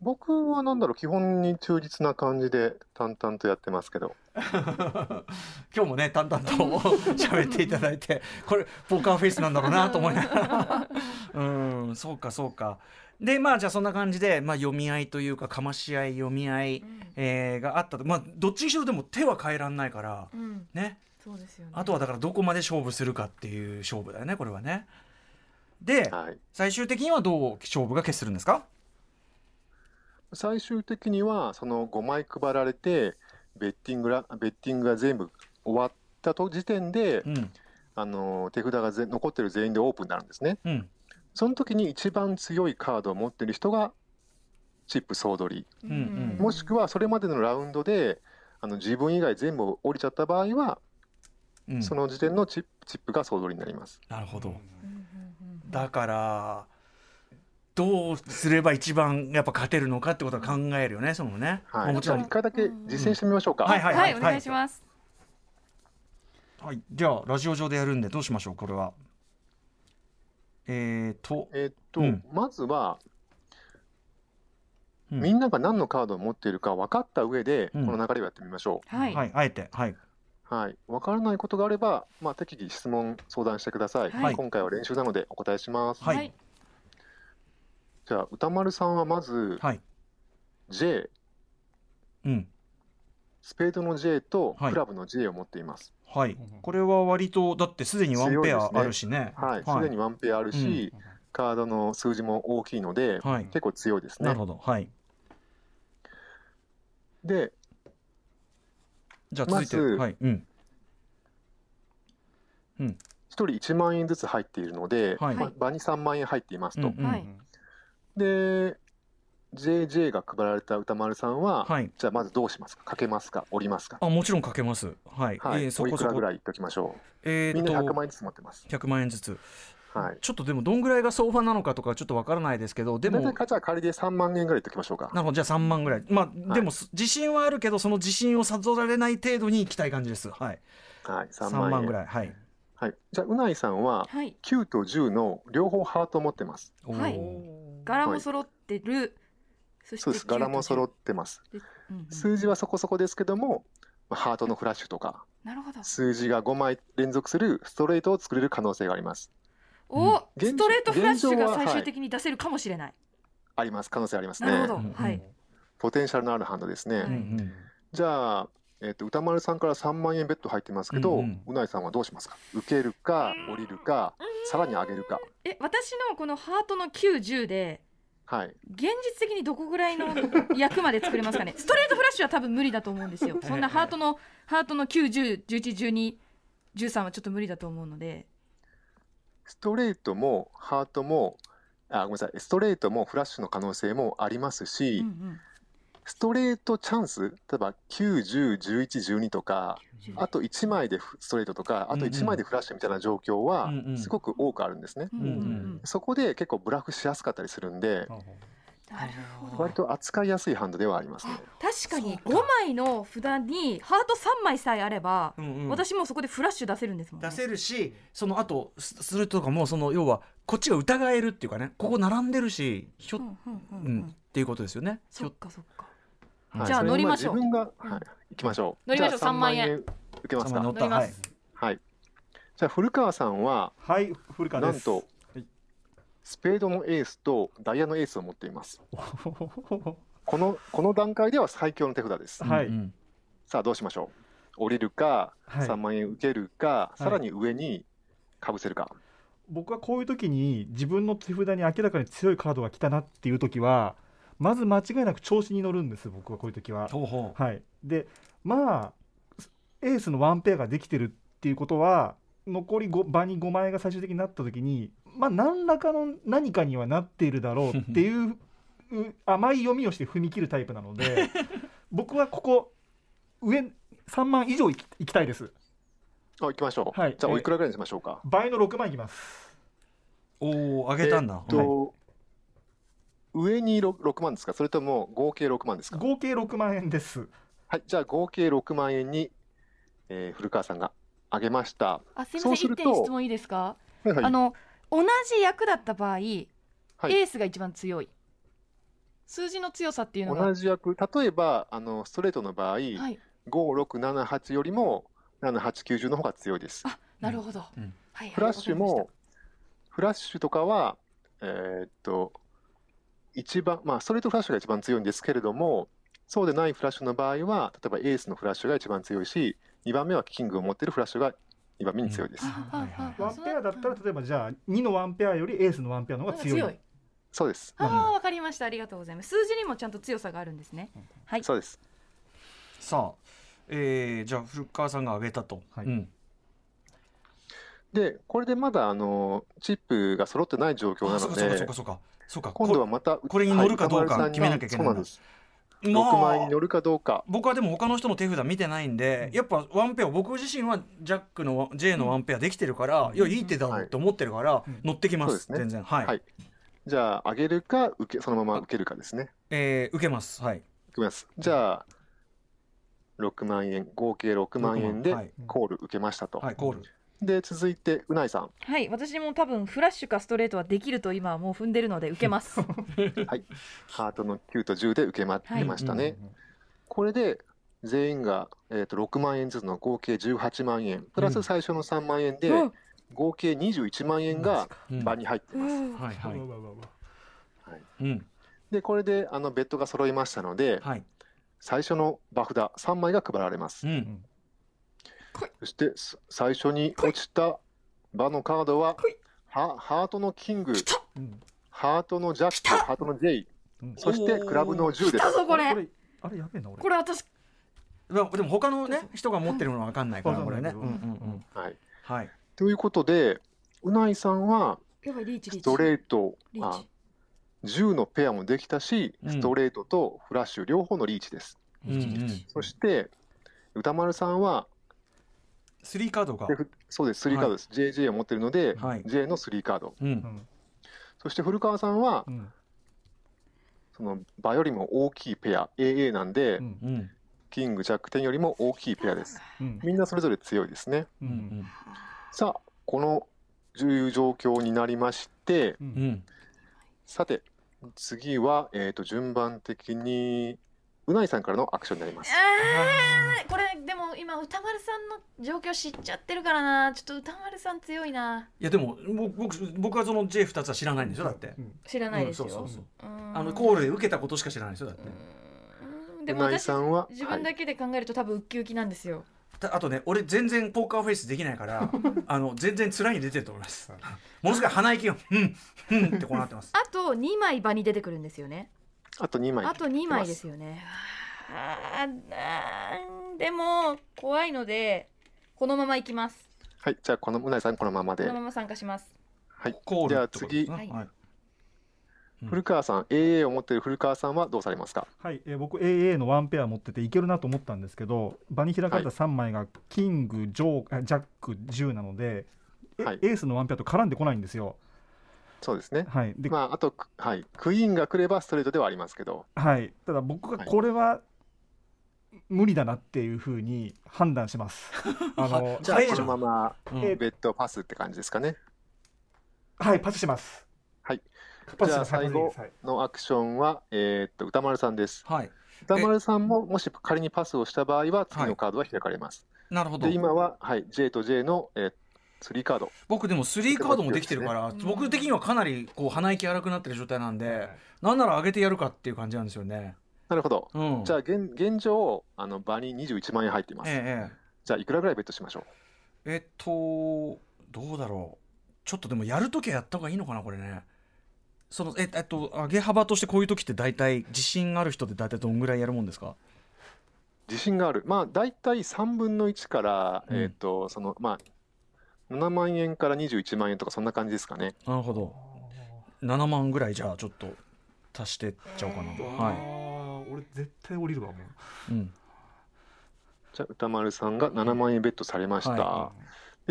僕はなんだろう、基本に忠実な感じで淡々とやってますけど今日もね淡々と喋っていただいてこれポーカーフェイスなんだろうなと思いながらうんそうかそうか。でまあじゃあそんな感じで、まあ、読み合いというかかまし合い読み合い、うんえー、があったと。まあどっちにしろでも手は変えらんないから、うん、ね。 そうですよね。 あとはだからどこまで勝負するかっていう勝負だよねこれはね。で、はい、最終的にはどう勝負が決するんですか？ 最終的にはそのごまい配られてベッティングらベッティングが全部終わったと時点で、うん、あの手札がぜ残ってる全員でオープンになるんですね、うん、その時に一番強いカードを持ってる人がチップ総取り、うんうん、もしくはそれまでのラウンドであの自分以外全部降りちゃった場合は、うん、その時点のチップ、チップが総取りになります。 なるほど。だからどうすれば一番やっぱ勝てるのかってことは考えるよね、そのね。 はい、もちろん一回だけ実践してみましょうか。 うん、はいはいはい、はい、お願いします。 はい、じゃあラジオ上でやるんでどうしましょうこれは。えーとえー、っと、うん、まずは、うん、みんなが何のカードを持っているか分かった上で、うん、この流れをやってみましょう。 はい、はい、あえてはい。 はい、分からないことがあれば、まあ、適宜質問相談してください、はい、今回は練習なのでお答えします。はい、じゃあ歌丸さんはまず、はい、J、うん、スペードの J とクラブの J を持っています。 はい、これは割とだってすでにワンペアあるしね。 はい、すでにワンペアあるし、うん、カードの数字も大きいので、はい、結構強いですね。 なるほど。はい。 でじゃあ続いて、まず、はいうんうん、ひとりいちまんえんずつ入っているので、はいまあ、場にさんまんえん入っていますと、うんうん、で ジェージェー が配られた歌丸さんは、はい、じゃあまずどうしますか？かけますか？折りますか？ あもちろんかけます、はいはいえー、そこそこおいくらぐらいいっときましょう、えー、みんなひゃくまんえんずつ持ってます。 ひゃくまんえんずつ、はい、ちょっとでもどんぐらいが相場なのかとかちょっとわからないですけど、でも大体じゃあ仮でさんまんえんぐらいいっときましょうか。 なるほど、じゃあさんまんぐらい、まあ、はい、でも自信はあるけどその自信を悟られない程度にいきたい感じです。はい、 はい、さんまんえんぐらい、はいはい、じゃあうないさんはきゅうとじゅうの両方ハートを持ってます。 はい、柄も揃ってる、はい、 そしてそうです、柄も揃ってます、うんうん、数字はそこそこですけどもハートのフラッシュとかなるほど数字がごまい連続するストレートを作れる可能性があります。 お、うん、ストレートフラッシュが最終的に出せるかもしれない、はい、 あります、可能性ありますね。 なるほど、はい、 ポテンシャルのあるハンドですね、はい、じゃあ、えー、と歌丸さんからさんまんえんベッド入ってますけど、うんうん、うないさんはどうしますか？受けるか降りるかさらに上げるか。 え私のこのハートのきゅう、じゅうで、はい、現実的にどこぐらいの役まで作れますかね？ストレートフラッシュは多分無理だと思うんですよ。そんなハートのハートのきゅう、じゅう、じゅういち、じゅうに、じゅうさんはちょっと無理だと思うので、 ストレートもハートもあごめんなさいストレートもフラッシュの可能性もありますし、うんうん、ストレートチャンス、例えばきゅう、じゅう、じゅういち、じゅうにとかあといちまいでストレートとかあといちまいでフラッシュみたいな状況はすごく多くあるんですね、うんうん、そこで結構ブラフしやすかったりするんで、 なるほど、 割と扱いやすいハンドではありますね。 確かにごまいの札にハートさんまいさえあれば、うんうん、私もそこでフラッシュ出せるんですもんね。 出せるし、その後するとかもその要はこっちが疑えるっていうかね、ここ並んでるしひょ、うんうんうんうん、っていうことですよね。 そっかそっか、はい、じゃあ乗りましょう。 自分が、はい、行きましょう。 乗りましょう。さんまんえん受けますか？ 乗ります、 はいはい、じゃあ古川さんは、 はい、古川です。 なんとスペードのエースとダイヤのエースを持っています。このこの段階では最強の手札です、はい、さあどうしましょう？降りるか、はい、さんまんえん受けるか、さらに上にかぶせるか、はい、 僕はこういう時に自分の手札に明らかに強いカードが来たなっていう時はまず間違いなく調子に乗るんです。僕はこういう時はほうほう、はい、でまあエースのワンペアができてるっていうことは残り場にごまいが最終的になった時にまあ、何らかの何かにはなっているだろうっていう甘い読みをして踏み切るタイプなので僕はここ上さんまん以上い き, いきたいです。 あ、行きましょう、はい、じゃあおいくらぐらいにしましょうか？ 倍のろくまんいきます。 おお、上げたんだ、 えーとはい、上に 6, ろくまんですか？それとも合計ろくまんですか？ 合計ろくまんえんです。 はい、じゃあ合計ろくまんえんに、えー、古川さんが上げました。 あ、すいません、いってん質問いいですか？はいはい、あの同じ役だった場合、はい、エースが一番強い。 数字の強さっていうのが同じ役、例えばあのストレートの場合、はい、ご、ろく、なな、はちよりもなな、はち、きゅう、じゅうの方が強いです。 あ、なるほど、 うんはいはい、 フラッシュもフラッシュとかはえー、っと一番、まあストレートフラッシュが一番強いんですけれども、そうでないフラッシュの場合は例えばエースのフラッシュが一番強いし、にばんめはキングを持っているフラッシュがにばんめに強いです。 ワンペアだったら例えばじゃあにのワンペアよりエースのワンペアの方が強い。強い。 そうです。 ああ、わかりました。ありがとうございます。数字にもちゃんと強さがあるんですね。はい。 そうです。 さあ、えー、じゃあ古川さんが挙げたと。 はい。 うん、 でこれでまだあのチップが揃ってない状況なので、 そうかそうかそうか。 今度はまたこれに乗るかどうか決めなきゃいけない。 そうなんです。ろくまん円に乗るかどうか。 僕はでも他の人の手札見てないんで、やっぱワンペア、僕自身はジャックの J のワンペアできてるから、うん、いやいい手だろうと思ってるから、はい、乗ってきます。そうですね、全然、はい、はい。 じゃあ上げるか受けそのまま受けるかですね。 えー、受けます。はい。 受けます。じゃあろくまんえん、合計ろくまんえんでコール受けましたと。 はい、コール。 で続いてうないさん。 はい、私も多分フラッシュかストレートはできると今はもう踏んでるので受けます。はい、 ハートのきゅうとじゅうで受けまってましたね。はい、これで全員が、えー、とろくまんえんずつの合計じゅうはちまんえんプラス最初のさんまんえんで、うん、合計にじゅういちまんえんが場に入っています。はいはい。でこれであのベッドが揃いましたので、はい、最初の場札さんまいが配られます。うん、そして最初に落ちた場のカードはハートのキング、ハートのジャック、ハートの J、そしてクラブのじゅうです。 これあれやべえな俺。 これ私でも他のね人が持ってるのは分かんないからこれね。 はいはい。ということでうないさんはストレートあじゅうのペアもできたし、ストレートとフラッシュ両方のリーチです。うんうん、そして歌丸さんはスリーカードがそうです、スリーカードです。はい、ジェージェー を持っているので、はい、J のスリーカード。うん、そして古川さんは、うん、その場よりも大きいペア エーエー なんで、うん、キングジャックテンよりも大きいペアです。うん、みんなそれぞれ強いですね。うんうん、さあこのいう状況になりまして、うん、さて次は、えーと、順番的にうないさんからのアクションになります。 あーこれでも今歌丸さんの状況知っちゃってるからな。ちょっと歌丸さん強いな。 いやでも僕僕はその ジェイふたつは知らないんですよだって、うん、 知らないですよ、 うん、そうそうそうあのコールで受けたことしか知らないですよだって。 うんでも私自分だけで考えると多分ウッキウキなんですよ。 あとね俺全然ポーカーフェイスできないからあの全然面に出てると思います。ものすごい鼻息がうんうんってこうなってます。 あとにまい場に出てくるんですよね。 あとにまいあとにまいですよね。ああでも怖いのでこのままいきます。 はい、じゃあこのうないさんこのままでこのまま参加します。 はい、じゃあ次、はいはい、古川さん エーエー を持っている古川さんはどうされますか。 はい、えー、僕 エーエー のワンペア持ってていけるなと思ったんですけど、場に開かれたさんまいがキング、ジョー、ジャック、じゅうなので、はい、エースのワンペアと絡んでこないんですよ。 そうですね、 はい、 で、まあ、あと、はい、クイーンが来ればストレートではありますけど、 はい、ただ僕がこれは無理だなっていうふうに判断します。あのじゃあこのままベッドパスって感じですかね。 はい、パスします。 はい、じゃあ最後のアクションは、えー、っと歌丸さんです。はい、歌丸さんももし仮にパスをした場合は次のカードは開かれます。 はい、なるほど。 で今は、はい、J と J の、えースリーカード。 僕でもスリーカードもできてるから、ね、僕的にはかなりこう鼻息荒くなってる状態なんで、はい、なんなら上げてやるかっていう感じなんですよね。 なるほど、うん、じゃあ 現, 現状あの場ににじゅういちまんえん入っています、ええ、じゃあいくらぐらいベットしましょう。 えっとどうだろう。ちょっとでもやるときはやった方がいいのかなこれね。そのええっと上げ幅としてこういう時って大体自信ある人って大体どんぐらいやるもんですか。 自信がある、まあ大体さんぶんのいちから、うん、えっとそのまあななまんえんからにじゅういちまんえんとかそんな感じですかね。 なるほど。ななまんぐらいじゃあちょっと足してっちゃおうかな。はい。俺絶対降りるわもう。うん。 じゃあ歌丸さんがななまんえんベットされました。はい、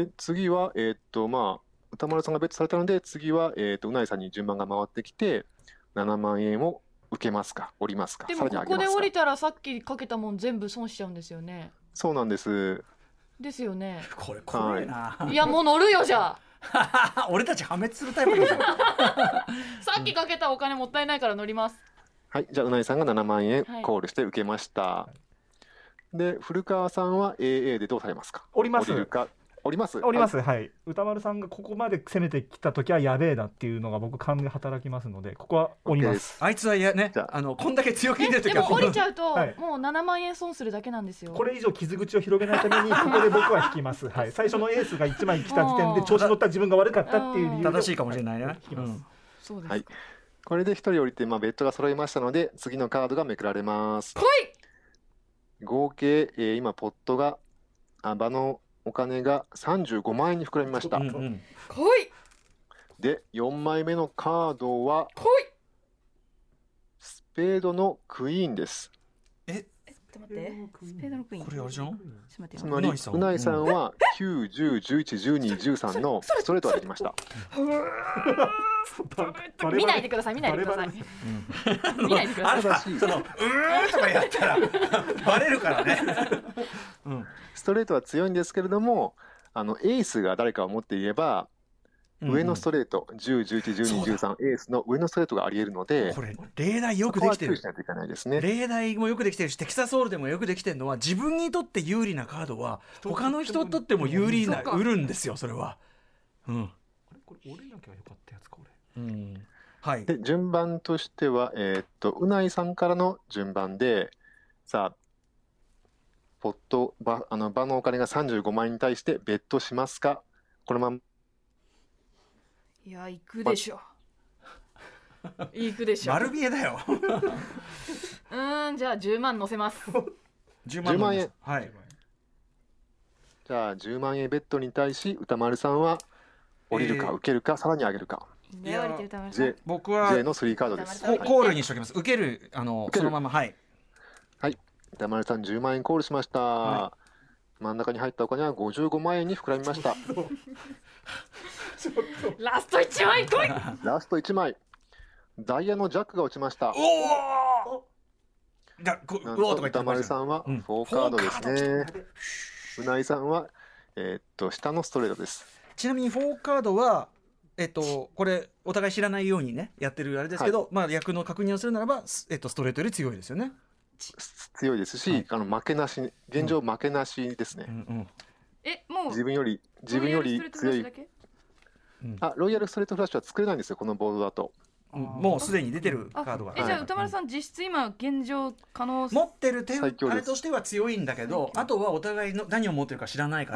で次はえー、っとまあ歌丸さんがベットされたので次はえー、っとうないさんに順番が回ってきてななまんえんを受けますか降りますか。 でもここで降りたらさっきかけたもん全部損しちゃうんですよね。 そうなんです。 ですよね。 これ怖いな。 いやもう乗るよじゃあ。 俺たち破滅するタイプでしょ。 さっきかけたお金もったいないから乗ります。 はい、じゃあうないさんがななまんえんはいコールして受けました、はい、で古川さんは エーエー でどうされますか？ 降ります。 降りるか降ります降ります、はい、はい、歌丸さんがここまで攻めてきた時はやべえなっていうのが僕勘で働きますので、ここは降ります。 あいつはやね、あのこんだけ強気に出る時はでも降りちゃうと、はい、もうななまんえん損するだけなんですよ。 これ以上傷口を広げないためにここで僕は引きます、はい、最初のエースがいちまい来た時点で調子乗った自分が悪かったっていう理由で正しいかもしれないね。 引きます、うん、 そうですか、 はい、これでひとり降りて、まあ、ベッドが揃いましたので次のカードがめくられます。 来い。 合計、えー、今ポットがあ場のお金がさんじゅうごまんえんに膨らみました、うんうん、 来い。 でよんまいめのカードは来い。 スペードのクイーンです。 ええちょっと待って、スペードのクイーン、 これあれじゃん、 つまりうないさんはきゅう、じゅう、じゅういち、じゅうに、じゅうさんのストレートができました。 見ないでください、見ないでください、うん、見ないでください。 そのうーんとかやったらバレるからね、 うん、ストレートは強いんですけれども、あのエースが誰かを持っていれば、うんうん、上のストレートじゅう、じゅういち、じゅうに、じゅうさんエースの上のストレートがありえるので、 これ例題よくできてる。 そこは注意しないといけないですね。 例題もよくできてるし、テキサスホールでもよくできてるのは、自分にとって有利なカードは他の人にとっても有利な売るんですよ、それは。うん。 これ折れなきゃよかったやつか、これ。うん。はい。 で順番としては、えー、っとうないさんからの順番で、さあポット場あの場のお金がさんじゅうごまんえんに対してベットしますか？このまま。 いや行くでしょ。行くでしょ。 丸見えだよ。 うーん、じゃあじゅうまん乗せます。 じゅうまんえん。 はい。 じゃあじゅうまんえんベッドに対し歌丸さんは降りるか、えー、受けるか、さらに上げるか。 いや J、 僕は J のスリーカードです。 コールにしておきます。受ける、あのそのまま、はい。 はい。歌丸さんじゅうまんえんコールしました。はい、真ん中に入ったお金はごじゅうごまんえんに膨らみました。 ラストいちまい来い。 ラストいちまい。ダイヤのジャックが落ちました。 おお。 なんと歌丸さんはフォーカードですね。うないさんはえー、っと下のストレートです。 ちなみにフォーカードはえっとこれお互い知らないようにねやってるあれですけど、はい、まあ役の確認をするならば、えっと、ストレートより強いですよね。 強いですし、はい、あの負けなし、現状負けなしですね。うんうんうん、 えもう自分より自分より強い。あ、ロイヤルストレートフラッシュは作れないんですよ、このボードだと。 もうすでに出てるカードが。 えじゃあ歌丸さん、実質今現状可能持ってる点あれとしては強いんだけど、あとはお互いの何を持ってるか知らないから、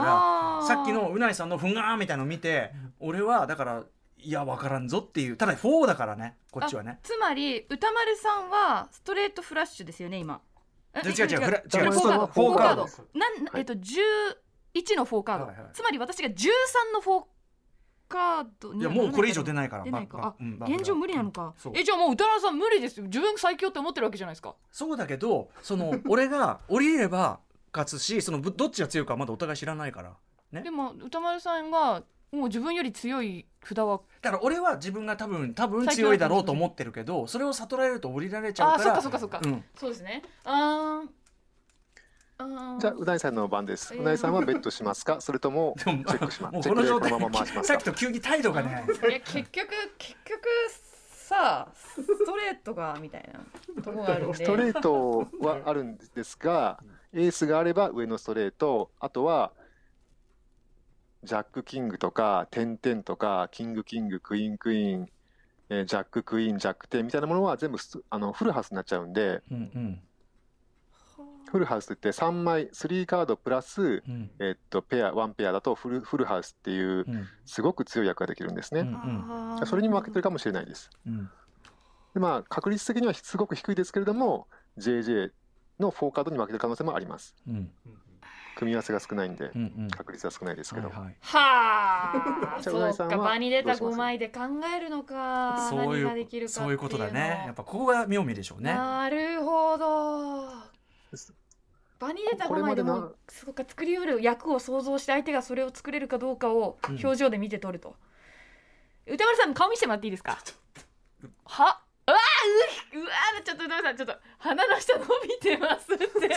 さっきのうないさんのふんがーみたいなのを見て、俺はだからいや分からんぞっていう。ただフォーだからね、こっちはね。 つまり歌丸さんはストレートフラッシュですよね今。 違う違う違うフォーカードなんえっとじゅういちのフォーカード、つまり私がじゅうさんのフォーカードに。 いやもうこれ以上出ないから。 出ないか。あ、うん、現状無理なのか。えじゃあもう歌丸さん無理ですよ。自分最強って思ってるわけじゃないですか。 そうだけど、その俺が降りれば勝つし、そのどっちが強いかまだお互い知らないからね。 でも歌丸さんがもう自分より強い札は、 だから俺は自分が多分多分強いだろうと思ってるけど、それを悟られると降りられちゃうから。 あ、そっかそっかそっか、うん、そうですね。ああじゃあうないさんの番です。うないさんはベットしますか、それともチェックします。 もうこの状態このまま回しますか。さっきと急に態度がね。 いや結局結局さストレートがみたいなところがあるんで。 ストレートはあるんですが、エースがあれば上のストレート、あとはジャックキングとか点々とかキングキングクイーンクイーン、えー、ジャッククイーンジャックテンみたいなものは全部あのフルハウスになっちゃうんで、うんうん、フルハウスって言ってさんまいスリーカードプラス、うん、えー、っとペアワンペアだとフルフルハウスっていうすごく強い役ができるんですね、うんうん、それにも負けてるかもしれないです、うん、でまあ確率的にはすごく低いですけれども ジェージェー のフォーカードに負けてる可能性もあります、うん、組み合わせが少ないんで、うんうん、確率は少ないですけど、はいはい、 はあそうか、場に出たごまいで考えるのか。 そういう何ができるかっていうの。 そういうことだね。やっぱここが妙味でしょうね。 なるほど。場に出たごまいでもそうか作りうる役を想像して相手がそれを作れるかどうかを表情で見て取ると、うん、歌丸さんの顔見せてもらっていいですか。はうわー う, うわーちょっと歌丸さんちょっと鼻の下伸びてますって露骨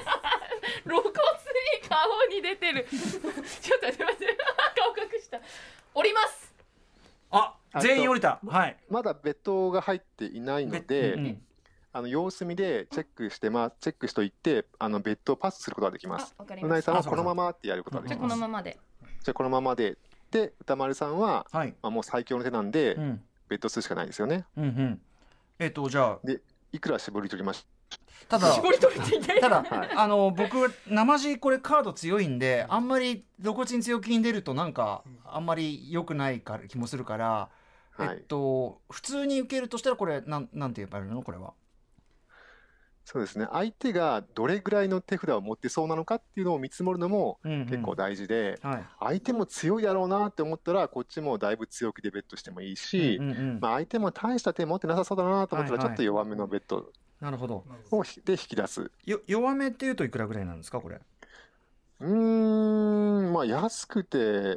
に顔に出てるちょっと待って待って顔隠した。降ります。 あ全員降りた。はい。 まだベッドが入っていないので、うん、 あの様子見でチェックして、まあ、チェックしといてあのベッドをパスすることができます。うないさんはこのままってやることができます。 じゃあこのままでじゃあこのままでで歌丸さんは、 はいまあ、もう最強の手なんで、 うん、 ベッドするしかないですよね。 うんうん、えっ、ー、とじゃあでいくら絞り取りましたただ絞り取りていないただ、はい、あの僕生地これカード強いんであんまり露骨に強気に出るとなんかあんまり良くないか気もするから、はい、えっと普通に受けるとしたらこれなんなんて言えばいいのこれは。 そうですね、相手がどれぐらいの手札を持ってそうなのかっていうのを見積もるのも結構大事で、うんうん、はい、相手も強いだろうなって思ったらこっちもだいぶ強気でベットしてもいいし、うんうんうん、まあ、相手も大した手持ってなさそうだなと思ったらちょっと弱めのベットをで引き出す。 よ弱めっていうといくらぐらいなんですかこれ。 うーん、まあ安くて、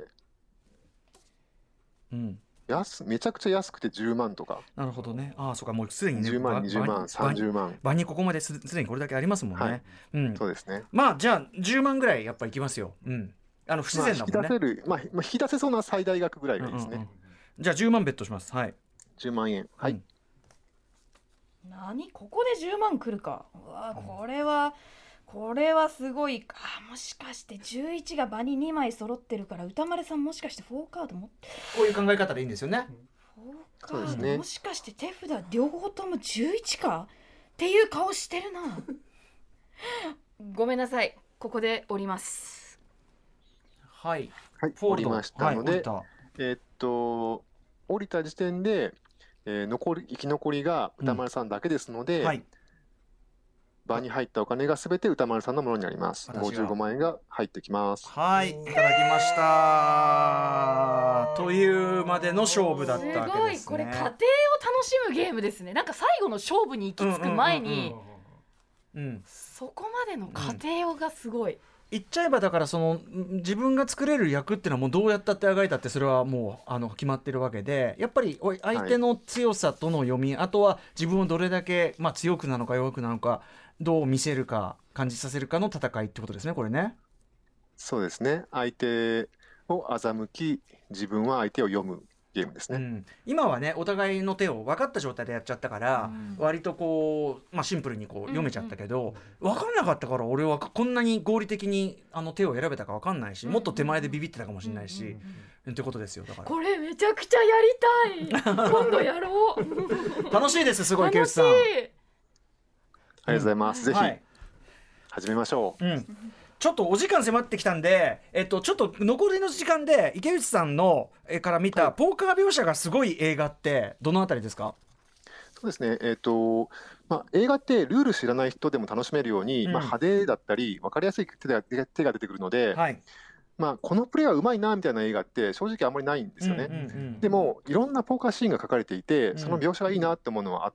うん、安めちゃくちゃ安くてじゅうまんとか。 なるほどね。ああ、そうか、もうすでにね、 じゅうまん、にじゅうまん、さんじゅうまん。 場にここまですでにこれだけありますもんね。はい、 うん、そうですね。 まあじゃあじゅうまんぐらいやっぱいきますよ。うん。あの不自然だもんね。 まあ、引き出せる、まあ、まあ、引き出せそうな最大額ぐらいがいいですね。うんうんうん、 じゃあじゅうまんベットします。はい。 じゅうまんえん。はい。うん、 何ここでじゅうまんくるか。うわこれは。これはすごい。あ、もしかしてじゅういちが場ににまい揃ってるから歌丸さんもしかしてフォーカード持ってこういう考え方でいいんですよね。 フォーカード、ね、もしかして手札両方ともじゅういちかっていう顔してるなごめんなさい、ここで降ります。 はい、 はい、降りましたので、はい、えー、っと降りた時点で、えー、残り生き残りが歌丸さんだけですので、うん、はい、場に入ったお金がすべて歌丸さんのものになります。ごじゅうごまんえんが入ってきます。 はい、いただきましたというまでの勝負だったわけですね。 すごい、これ家庭を楽しむゲームですね。なんか最後の勝負に行き着く前に、うん、そこまでの過程がすごい、うん、 言っちゃえばだからその自分が作れる役っていうのはもうどうやったってあがいたってそれはもうあの決まってるわけで、やっぱり相手の強さとの読み、はい、あとは自分をどれだけ、まあ、強くなのか弱くなのかどう見せるか感じさせるかの戦いってことですねこれね。 そうですね、相手を欺き自分は相手を読むゲームですね、うん、 今はねお互いの手を分かった状態でやっちゃったから、うん、割とこう、まあ、シンプルにこう読めちゃったけど、うんうん、分かんなかったから俺はこんなに合理的にあの手を選べたか分かんないし、もっと手前でビビってたかもしれないし、うんうんうん、ってことですよ。だからこれめちゃくちゃやりたい今度やろう楽しいです、すごい池内さん。 ありがとうございます、うん、ぜひ、はい、始めましょう、うん、 ちょっとお時間迫ってきたんで、えっと、ちょっと残りの時間で池内さんの絵から見たポーカー描写がすごい映画ってどのあたりですか？ そうですね、えーとまあ、映画ってルール知らない人でも楽しめるように、うん、まあ、派手だったり分かりやすい手が、手が出てくるので、はい、まあ、このプレーはうまいなみたいな映画って正直あんまりないんですよね、うんうんうん、でもいろんなポーカーシーンが書かれていて、うん、その描写がいいなって思うのはあって、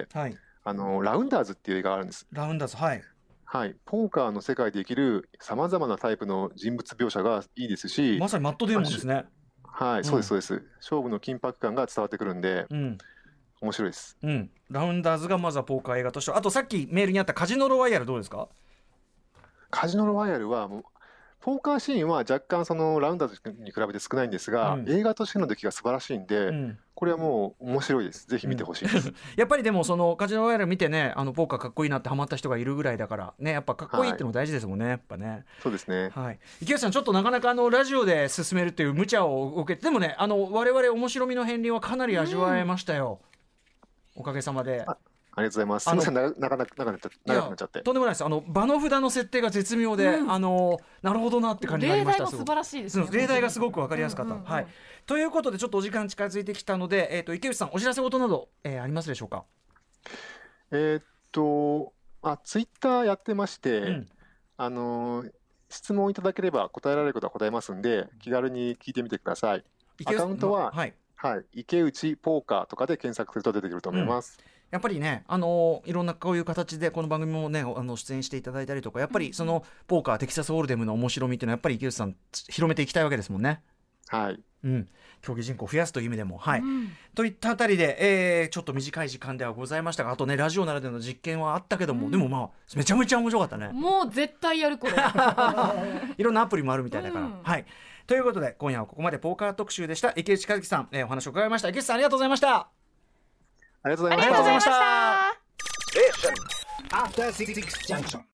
はい、あのラウンダーズっていう映画があるんです。 ラウンダーズ、はいはい、ポーカーの世界で生きるさまざまなタイプの人物描写がいいですし、 まさにマットデーモンですね。 はい、うん、そうですそうです。勝負の緊迫感が伝わってくるんで、うん、面白いです、 うん、ラウンダーズがまずはポーカー映画として、あとさっきメールにあったカジノロワイヤルどうですか？ カジノロワイヤルはもうポーカーシーンは若干そのラウンダーズに比べて少ないんですが、うん、映画としての出来が素晴らしいんで、うん、これはもう面白いです。ぜひ見てほしいです、うん、 やっぱりでもそのカジノロワイヤル見てね、あのポーカーかっこいいなってハマった人がいるぐらいだからね、やっぱかっこいいってのも大事ですもんね、はい、やっぱね。 そうですね、 はい、池内さんちょっとなかなかあのラジオで進めるっていう無茶を受けて、でもね、あの我々面白みの片鱗はかなり味わえましたよ、うん、おかげさまで。 ありがとうございます。すみません、なかなか長くなっちゃって。 とんでもないです。あの場の札の設定が絶妙で、うん、あのなるほどなって感じになりました。 例題も素晴らしいですね。 例題がすごくわかりやすかった、うんうんうん。はい。ということでちょっとお時間近づいてきたので、えっと池内さんお知らせ事など、えー、ありますでしょうか。 えー、っとあツイッターやってまして、うん、あの質問いただければ答えられることは答えますんで、気軽に聞いてみてください。アカウントは、はいはい、池内ポーカーとかで検索すると出てくると思います。うん、 やっぱりね、あのー、いろんなこういう形でこの番組もねあの出演していただいたりとか、やっぱりそのポーカーテキサスホールデムの面白みっていうのはやっぱり池内さん広めていきたいわけですもんね。 はい、 うん、競技人口を増やすという意味でも、はい、うん、といったあたりで、えー、ちょっと短い時間ではございましたが、あとねラジオならでの実験はあったけども、うん、でもまあめちゃめちゃ面白かったね。 もう絶対やるこれいろんなアプリもあるみたいだから、うん、はい。ということで今夜はここまでポーカー特集でした。池内和樹さん、えー、お話を伺いました。池内さんありがとうございました。 ありがとうございました。 ありがとうございました。 After Six Junction.